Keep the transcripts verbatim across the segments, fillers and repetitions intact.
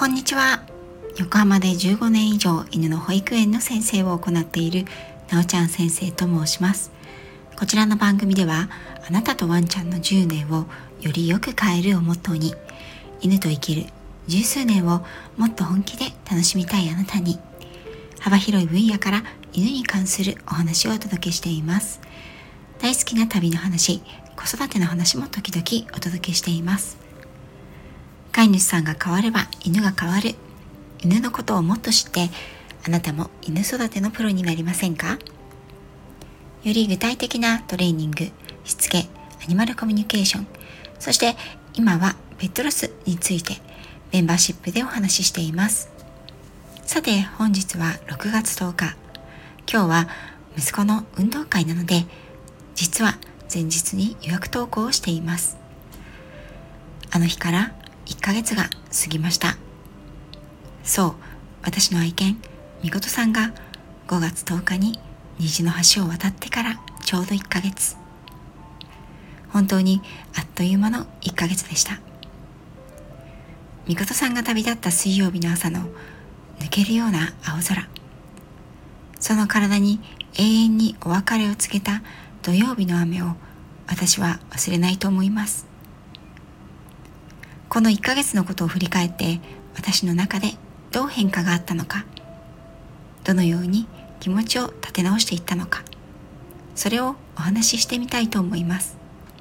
こんにちは。横浜でじゅうごねん以上犬の保育園の先生を行っているなおちゃん先生と申します。こちらの番組では、あなたとワンちゃんのじゅうねんをよりよく変えるをモットーに、犬と生きる十数年をもっと本気で楽しみたいあなたに、幅広い分野から犬に関するお話をお届けしています。大好きな旅の話、子育ての話も時々お届けしています。飼い主さんが変われば犬が変わる。犬のことをもっと知って、あなたも犬育てのプロになりませんか？より具体的なトレーニング、しつけ、アニマルコミュニケーション、そして今はペットロスについてメンバーシップでお話ししています。さて本日はろくがつとおか、今日は息子の運動会なので、実は前日に予約投稿をしています。あの日からいっかげつが過ぎました。そう、私の愛犬みことさんがごがつとおかに虹の橋を渡ってからちょうどいっかげつ。本当にあっという間のいっかげつでした。みことさんが旅立った水曜日の朝の抜けるような青空、その体に永遠にお別れを告げた土曜日の雨を私は忘れないと思います。このいっかげつのことを振り返って、私の中でどう変化があったのか、どのように気持ちを立て直していったのか、それをお話ししてみたいと思います。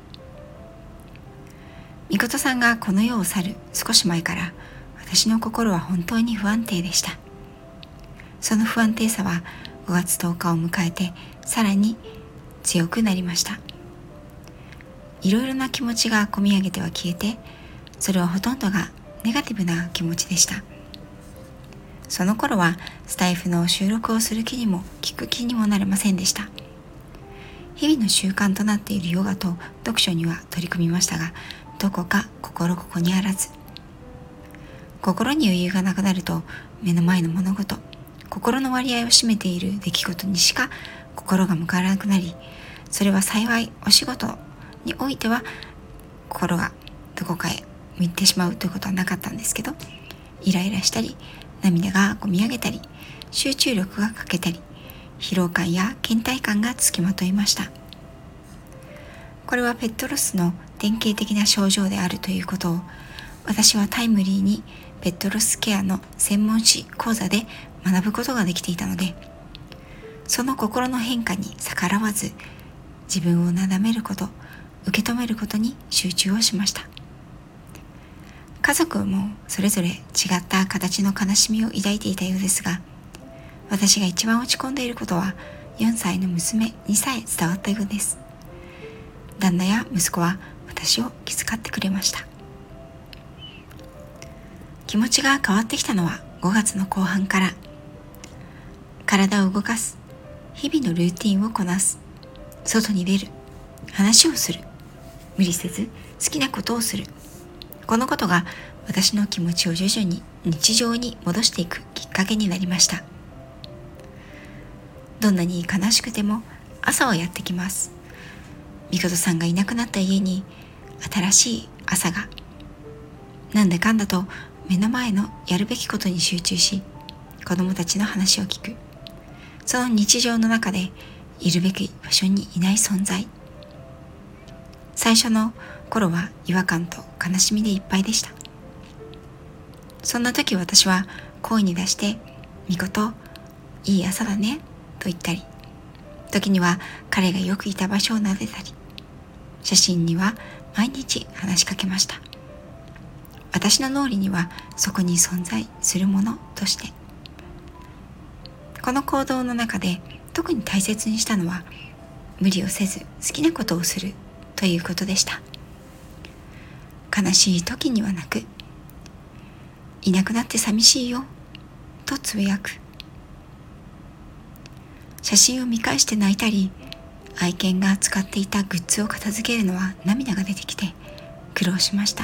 みことさんがこの世を去る少し前から、私の心は本当に不安定でした。その不安定さはごがつとおかを迎えてさらに強くなりました。いろいろな気持ちがこみ上げては消えて、それはほとんどがネガティブな気持ちでした。その頃はスタイフの収録をする気にも聞く気にもなれませんでした。日々の習慣となっているヨガと読書には取り組みましたが、どこか心ここにあらず。心に余裕がなくなると、目の前の物事、心の割合を占めている出来事にしか心が向かなくなり、それは幸いお仕事においては心がどこかへ向いてしまうということはなかったんですけど、イライラしたり、涙がこみ上げたり、集中力が欠けたり、疲労感や倦怠感がつきまといました。これはペットロスの典型的な症状であるということを、私はタイムリーにペットロスケアの専門誌講座で学ぶことができていたので、その心の変化に逆らわず、自分をなだめること、受け止めることに集中をしました。家族もそれぞれ違った形の悲しみを抱いていたようですが、私が一番落ち込んでいることはよんさいの娘にさえ伝わったようです。旦那や息子は私を気遣ってくれました。気持ちが変わってきたのはごがつの後半から。体を動かす、日々のルーティンをこなす、外に出る、話をする、無理せず好きなことをする、このことが私の気持ちを徐々に日常に戻していくきっかけになりました。どんなに悲しくても朝はやってきます。みことさんがいなくなった家に新しい朝が。なんだかんだと目の前のやるべきことに集中し、子供たちの話を聞く。その日常の中でいるべき場所にいない存在。最初の頃は違和感と悲しみでいっぱいでした。そんな時私は声に出して、みこと、いい朝だね、と言ったり、時には彼がよくいた場所を撫でたり、写真には毎日話しかけました。私の脳裏にはそこに存在するものとして。この行動の中で特に大切にしたのは、無理をせず好きなことをするということでした。悲しい時には泣く。いなくなって寂しいよ、とつぶやく。写真を見返して泣いたり、愛犬が使っていたグッズを片付けるのは涙が出てきて苦労しました。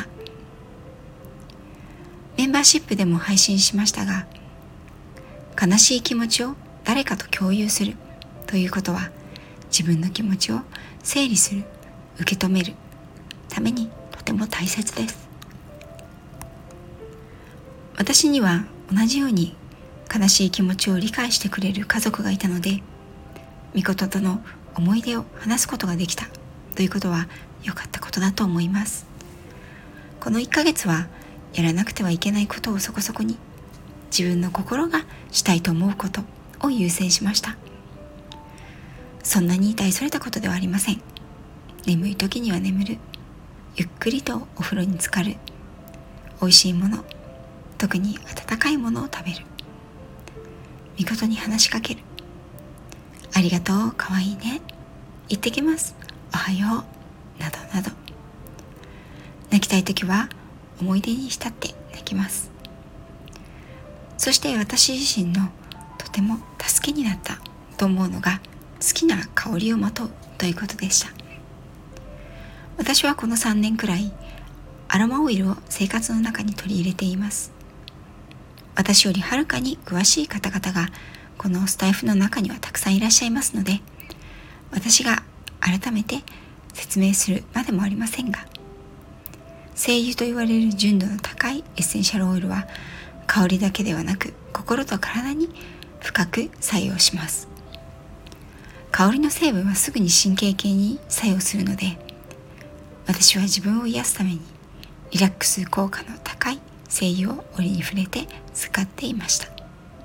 メンバーシップでも配信しましたが、悲しい気持ちを誰かと共有するということは、自分の気持ちを整理する、受け止めるためにとても大切です。 私には同じように悲しい気持ちを理解してくれる家族がいたので、御事との思い出を話すことができたということは良かったことだと思います。このいっかげつはやらなくてはいけないことをそこそこに、自分の心がしたいと思うことを優先しました。そんなに大それたことではありません。眠い時には眠る、ゆっくりとお風呂に浸かる、おいしいもの、特に温かいものを食べる、御事に話しかける、ありがとう、かわいいね、行ってきます、おはよう、などなど。泣きたい時は思い出に浸って泣きます。そして私自身のとても助けになったと思うのが、好きな香りをまとうということでした。私はこのさんねんくらいアロマオイルを生活の中に取り入れています。私よりはるかに詳しい方々がこのスタイフの中にはたくさんいらっしゃいますので、私が改めて説明するまでもありませんが、精油と言われる純度の高いエッセンシャルオイルは香りだけではなく心と体に深く作用します。香りの成分はすぐに神経系に作用するので、私は自分を癒すためにリラックス効果の高い精油を折に触れて使っていました。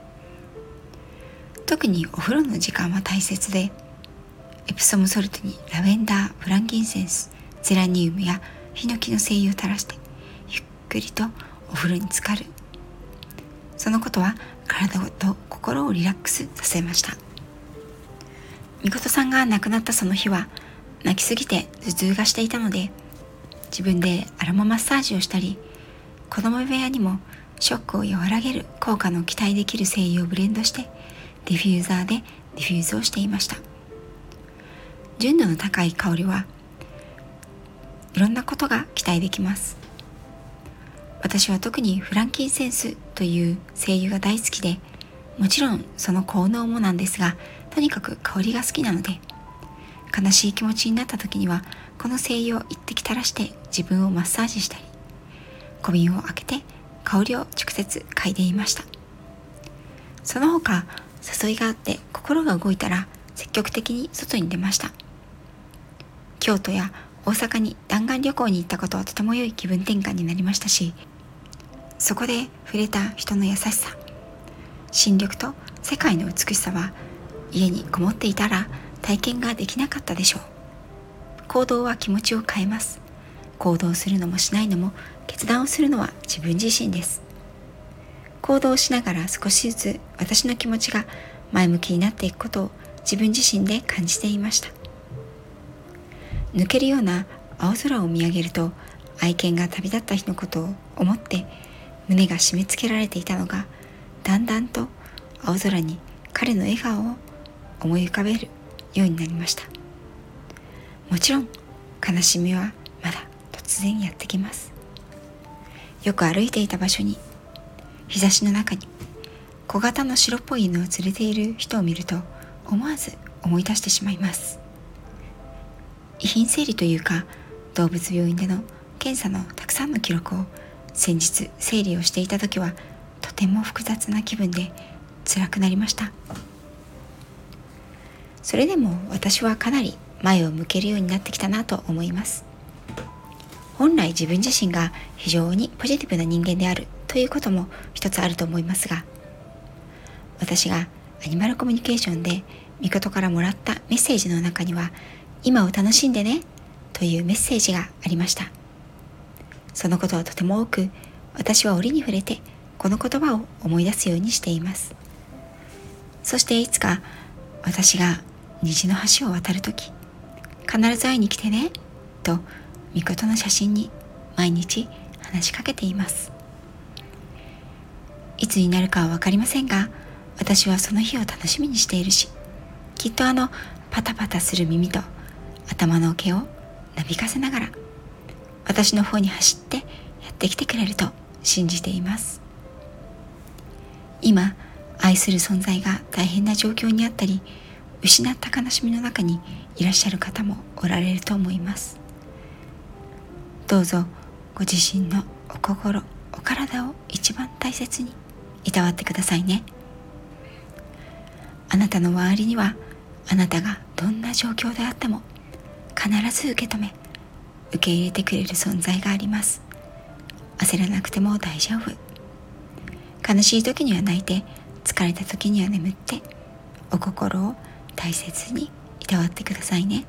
特にお風呂の時間は大切で、エプソムソルトにラベンダー、フランキンセンス、ゼラニウムやヒノキの精油を垂らしてゆっくりとお風呂に浸かる。そのことは体と心をリラックスさせました。みことさんが亡くなったその日は泣きすぎて頭痛がしていたので、自分でアロママッサージをしたり、子供部屋にもショックを和らげる効果の期待できる精油をブレンドしてディフューザーでディフューズをしていました。純度の高い香りはいろんなことが期待できます。私は特にフランキンセンスという精油が大好きで、もちろんその効能もなんですが、とにかく香りが好きなので、悲しい気持ちになった時にはこの精油を一滴垂らして自分をマッサージしたり、小瓶を開けて香りを直接嗅いでいました。その他誘いがあって心が動いたら積極的に外に出ました。京都や大阪に弾丸旅行に行ったことはとても良い気分転換になりましたし、そこで触れた人の優しさ、新緑と世界の美しさは家にこもっていたら体験ができなかったでしょう。行動は気持ちを変えます。行動するのもしないのも決断をするのは自分自身です。行動しながら少しずつ私の気持ちが前向きになっていくことを自分自身で感じていました。抜けるような青空を見上げると、愛犬が旅立った日のことを思って胸が締め付けられていたのが、だんだんと青空に彼の笑顔を思い浮かべるようになりました。もちろん悲しみはまだ突然やってきます。よく歩いていた場所に、日差しの中に小型の白っぽい犬を連れている人を見ると思わず思い出してしまいます。遺品整理というか、動物病院での検査のたくさんの記録を先日整理をしていた時は、とても複雑な気分で辛くなりました。それでも私はかなり前を向けるようになってきたなと思います。本来自分自身が非常にポジティブな人間であるということも一つあると思いますが、私がアニマルコミュニケーションで御事からもらったメッセージの中には、今を楽しんでねというメッセージがありました。そのことはとても多く、私は折に触れてこの言葉を思い出すようにしています。そしていつか私が虹の橋を渡るとき、必ず会いに来てねと御事の写真に毎日話しかけています。いつになるかは分かりませんが、私はその日を楽しみにしているし、きっとあのパタパタする耳と頭の毛をなびかせながら私の方に走ってやってきてくれると信じています。今愛する存在が大変な状況にあったり、失った悲しみの中にいらっしゃる方もおられると思います。どうぞご自身のお心、 お体を一番大切にいたわってくださいね。あなたの周りにはあなたがどんな状況であっても必ず受け止め受け入れてくれる存在があります。焦らなくても大丈夫。悲しい時には泣いて、疲れた時には眠って、お心を大切にいたわってくださいね。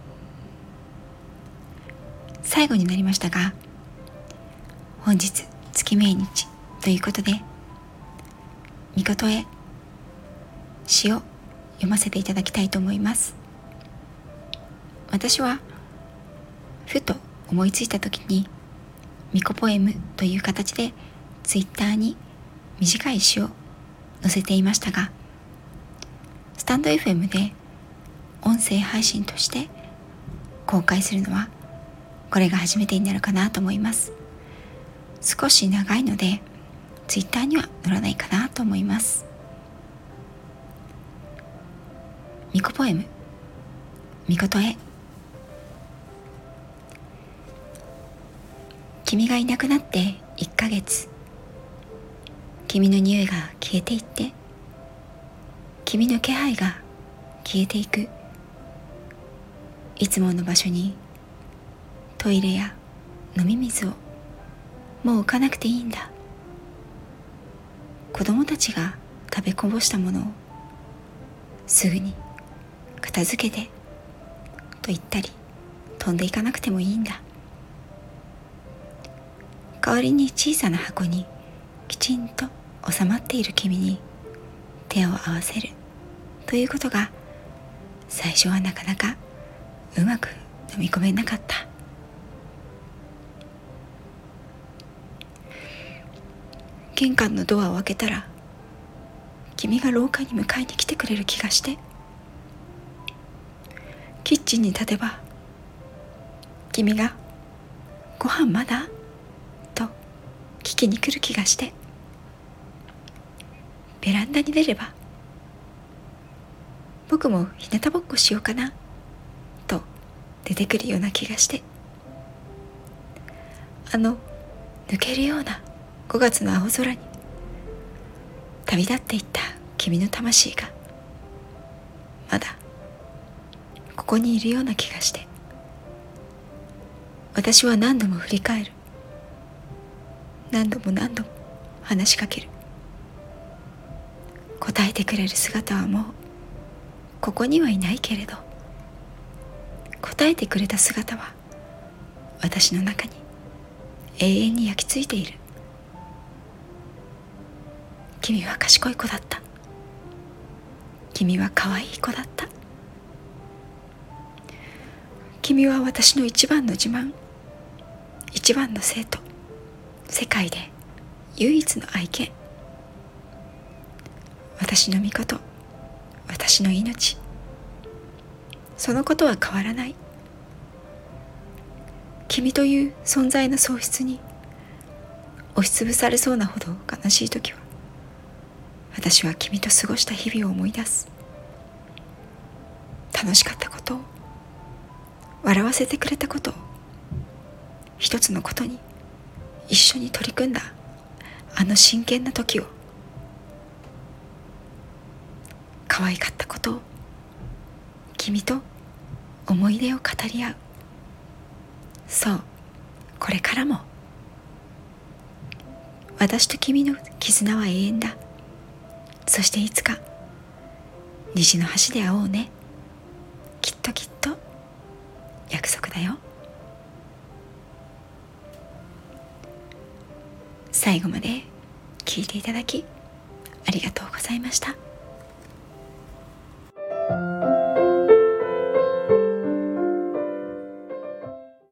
最後になりましたが、本日月命日ということで、御事へ詩を読ませていただきたいと思います。私はふと思いついた時にミコポエムという形でツイッターに短い詩を載せていましたが、スタンド エフエム で音声配信として公開するのはこれが初めてになるかなと思います。少し長いのでツイッターには載らないかなと思います。ミコポエム、ミコトへ。君がいなくなっていっかげつ、君の匂いが消えていって、君の気配が消えていく。いつもの場所にトイレや飲み水をもう置かなくていいんだ。子供たちが食べこぼしたものをすぐに片付けてと言ったり飛んでいかなくてもいいんだ。代わりに小さな箱にきちんと収まっている君に手を合わせるということが最初はなかなかうまく飲み込めなかった。玄関のドアを開けたら君が廊下に迎えに来てくれる気がして、キッチンに立てば君がご飯まだと聞きに来る気がして、ベランダに出れば僕も日向ぼっこしようかなと出てくるような気がして、あの抜けるようなごがつの青空に旅立っていった君の魂がまだここにいるような気がして、私は何度も振り返る。何度も何度も話しかける。答えてくれる姿はもうここにはいないけれど、答えてくれた姿は私の中に永遠に焼き付いている。君は賢い子だった。君は可愛い子だった。君は私の一番の自慢、一番の生徒、世界で唯一の愛犬。私の御事、私の命。そのことは変わらない。君という存在の喪失に押しつぶされそうなほど悲しいときは、私は君と過ごした日々を思い出す。楽しかったことを、笑わせてくれたことを、一つのことに一緒に取り組んだあの真剣な時を、可愛かったことを、君と思い出を語り合う。そう、これからも私と君の絆は永遠だ。そしていつか虹の橋で会おうね。きっときっと約束だよ。最後まで聞いていただきありがとうございました。